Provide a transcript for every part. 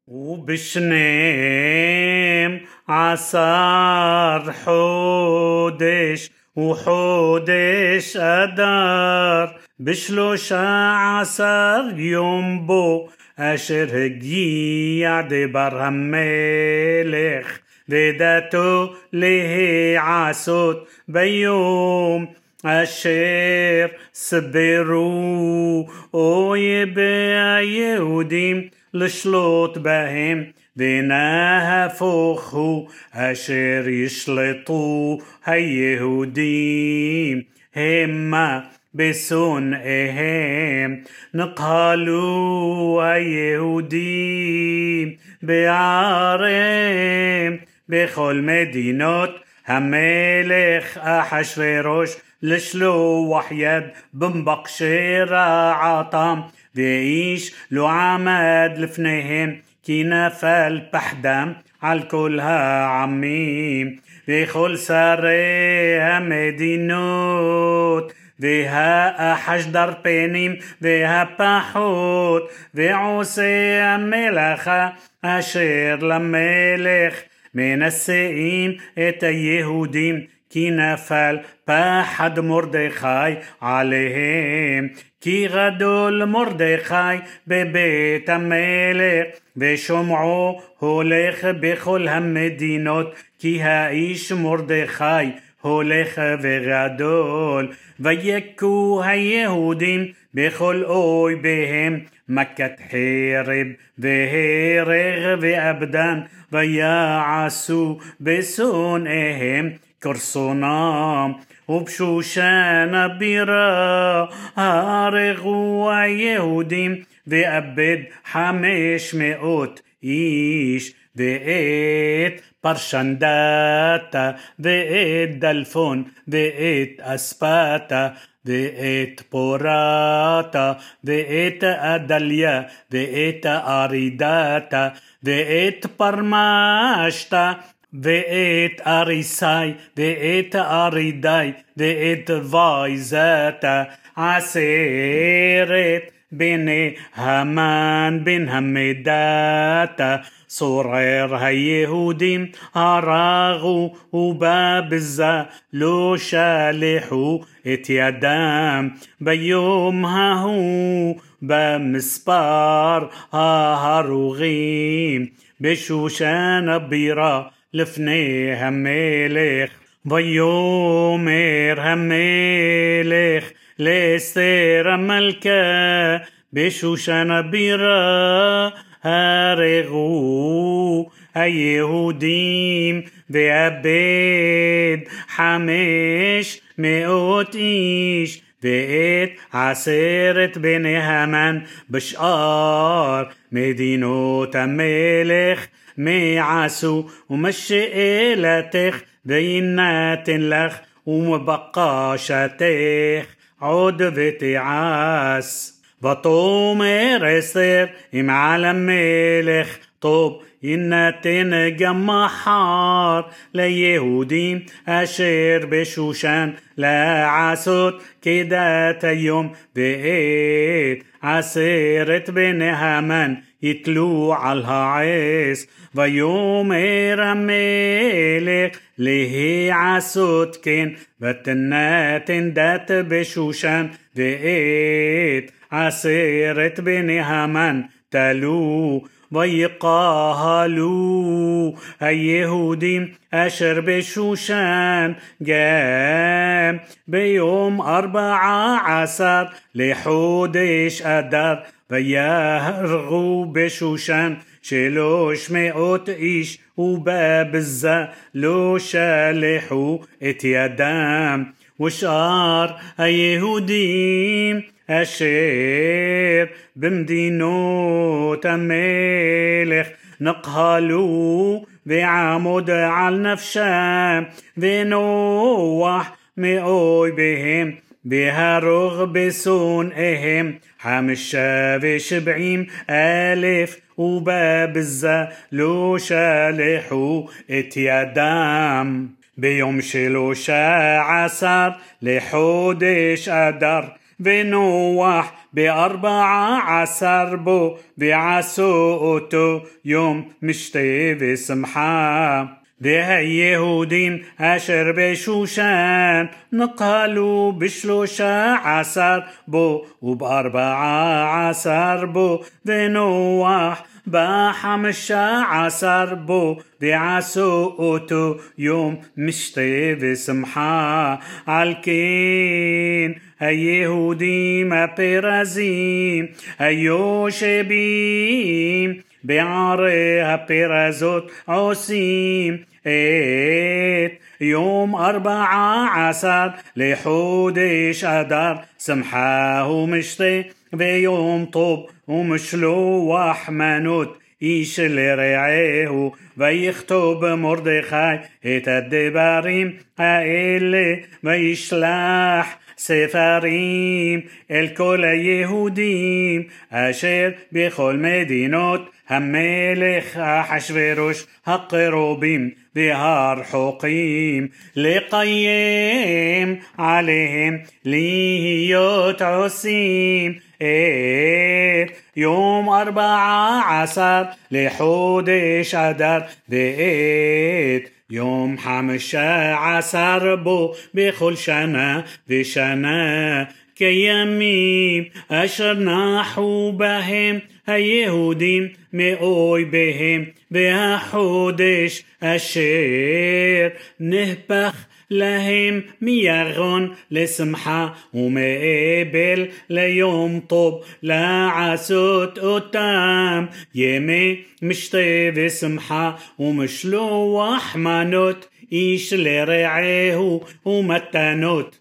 وبشنيم عصار حودش وحودش أدار بشلوشا عصار يوم بو أشر هجيع دبر هملخ وداتو له عصوت بيوم أشر سبرو أويبا يهوديم لشلوت بهم ونهفوخو أشر يشلطو هيهوديم هما بسنئهم نقالوا هيهوديم بعارم بכל مدينות המלך אחשוורוש לשלוח יד במבקשי רעתם ואיש לא עמד לפניהם כי נפל פחדם על כל העמים וכל שרי המדינות והאחשדר פנים והפחות ועושי המלאכה אשר למלך מנשאים את היהודים כי נפל פחד מרדכי עליהם כי גדול מרדכי בבית המלך ושומעו הולך בכל המדינות כי האיש מרדכי הולך וגדול ויכו היהודים בכל אויביהם מכת חרב והרג ואבדן ויעשו בשונאיהם כרסונם ובשושן הבירה הרגו היהודים ואבד 500 איש ואת פרשנדתה ואת דלפון ואת אספתה ואת פורתה ואת אדליה ואת ארידתה ואת פרמשתה ואת אריסאי ואת ארידאי ואת וייזתה 10 בני המן בן המדתה סורר היהודים הרגו ובבזה לא שלחו את ידם ביום ההוא במספר ההרוגים בשושן הבירה לפני המלך ויאמר המלך לאסתר המלכה בשושן הבירה הרגו היהודים ואבד 500 איש ואת 10 בני המן בשאר מדינות המלך מעשו ומשאלתך ויינתן לך ומבקשתך עוד ותעש ותאמר אסתר אם על המלך טוב יינתן גם מחר ליהודים אשר בשושן לעשות כדת היום ואת 10 בני המן יתלו על העץ ויאמר המלך להעשות כן ותינתן דת בשושן ואת 10 בני המן תלו ויקהלו היהודים אשר בשושן גם ביום 14 לחודש אדר ויהרגו בשושן 300 איש ובבזה לא שלחו את ידם ושאר היהודים אשר במדינות המלך נקהלו ועמוד על נפשם ונוח מאויביהם בהרוג בשונאיהם 75,000 ובבזה לא שלחו את ידם ביום 13 לחודש אדר ונוח ב14 בו ועשו אותו יום משתה ושמחה. והיהודים אשר בשושן נקהלו ב13 בו וב14 בו ונוח ב15 בו ועשו אותו יום משתה ושמחה. על כן היהודים הפרזים היושבים בערי הפרזות עושים את יום 14 לחודש אדר שמחה ומשתה ויום טוב ומשלוח מנות איש לרעהו. ויכתוב מרדכי את הדברים האלה וישלח ספרים אל כל היהודים אשר בכל מדינות המלך אחשוורוש הקרובים והרחוקים, לקיים עליהם להיות עושים את יום 14 לחודש אדר ואת יום 15 בו בכל שנה ושנה, כימים אשר נחו בהם היהודים מאויביהם, והחודש אשר נהפך להם מיגון לשמחה ומאבל ליום טוב, לעשות אותם ימי משתה ושמחה ומשלוח מנות איש לרעהו ומתנות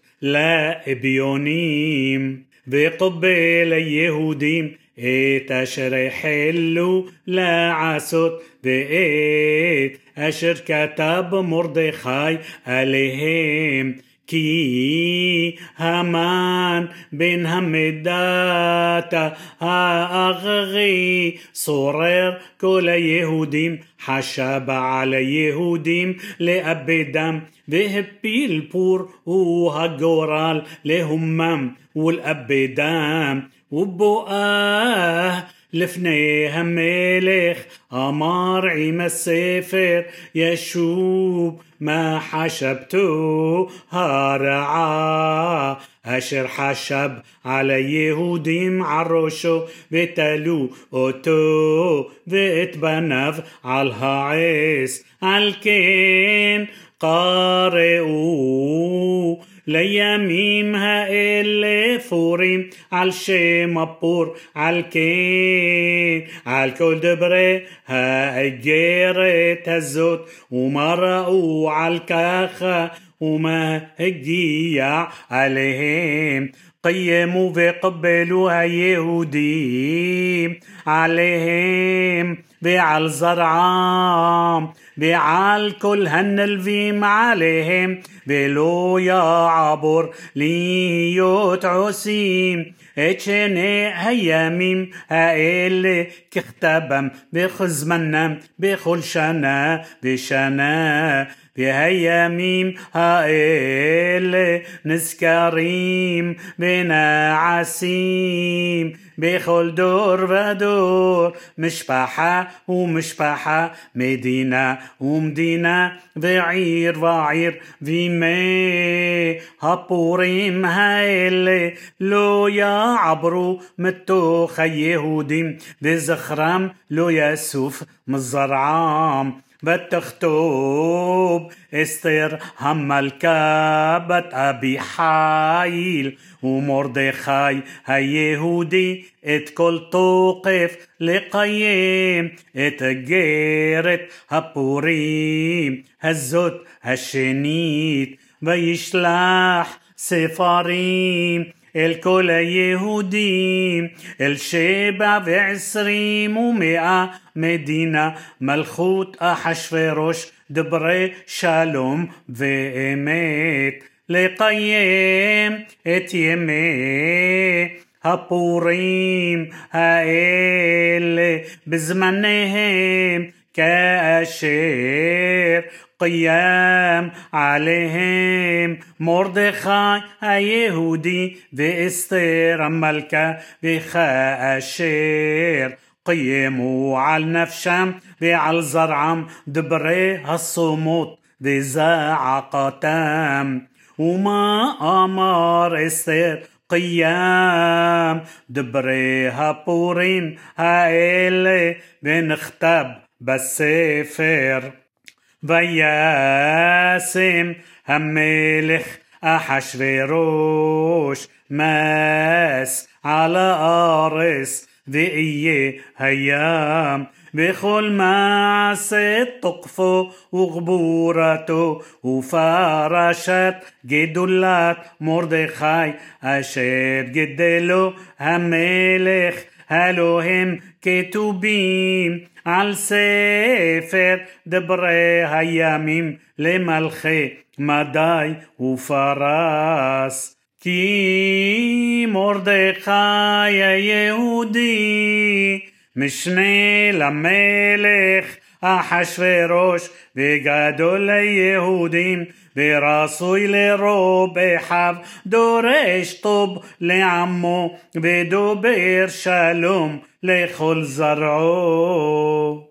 לאביונים. וקבל היהודים את אשר החלו לעשות ואת אשר כתב מרדכי עליהם, כי המן בן המדתה האגרי סורר כל היהודים, חשב על היהודים לאבדם, והפיל פור הגורל להומם ולאבדם. ובואה לפני המלך אמר עם הספר, ישוב מה חשבתו הרעה אשר חשב על היהודים על ראשו, ותלו אותו ואת בניו על העץ. על כן קראו לימים האלה פורים על שם הפור. על כן על כל דברי האיגרת הזאת ומה ראו על ככה ומה הגיע עליהם, קיימו וקבלו היהודים עליהם ועל זרעם ועל כל הנלווים עליהם, ולא יעבור להיות עושים את שני הימים האלה ככתבם בזמנם בכל שנה ושנה. והימים האלה נזכרים ונעשים בכל דור ודור, משפחה ומשפחה, מדינה ומדינה, ועיר ועיר. וימי הפורים האלה לא יעברו מתוך היהודים, וזכרם לא יסוף מזרעם. ותכתוב אסתר המלכה בת אבי חיל ומרדכי היהודי את כל תוקף לקיים את אגרת הפורים הזאת השנית, וישלח ספרים אל כל היהודים, אל 27 ומאה מדינה, מלכות אחשוורוש, דברי שלום ואמת, לקיים את ימי הפורים האלה בזמניהם, כאשר قيام عليهم مردخاي היהודי ואסתר המלכה וכאשר قيموا على نفسهم وعلى زرعهم دبري الصمود وزعقتهم وما أمر استر قيام دبري هابورين هايلي بنختب بالسفر وياسم الملك أحشوروش ماس على أرس وإيه هيام بكل معصية تقفو وغبورته وفرشت جدولات مردخاي أشر جدلو الملك هلوهم كتوبين على سفر دبري هياميم لملخي مداي وفراس كي مردخاي يهودي משנה למלך אחשוורוש וגדול ליהודים ורצוי לרוב אחיו דורש טוב לעמו ודובר שלום לכל זרעו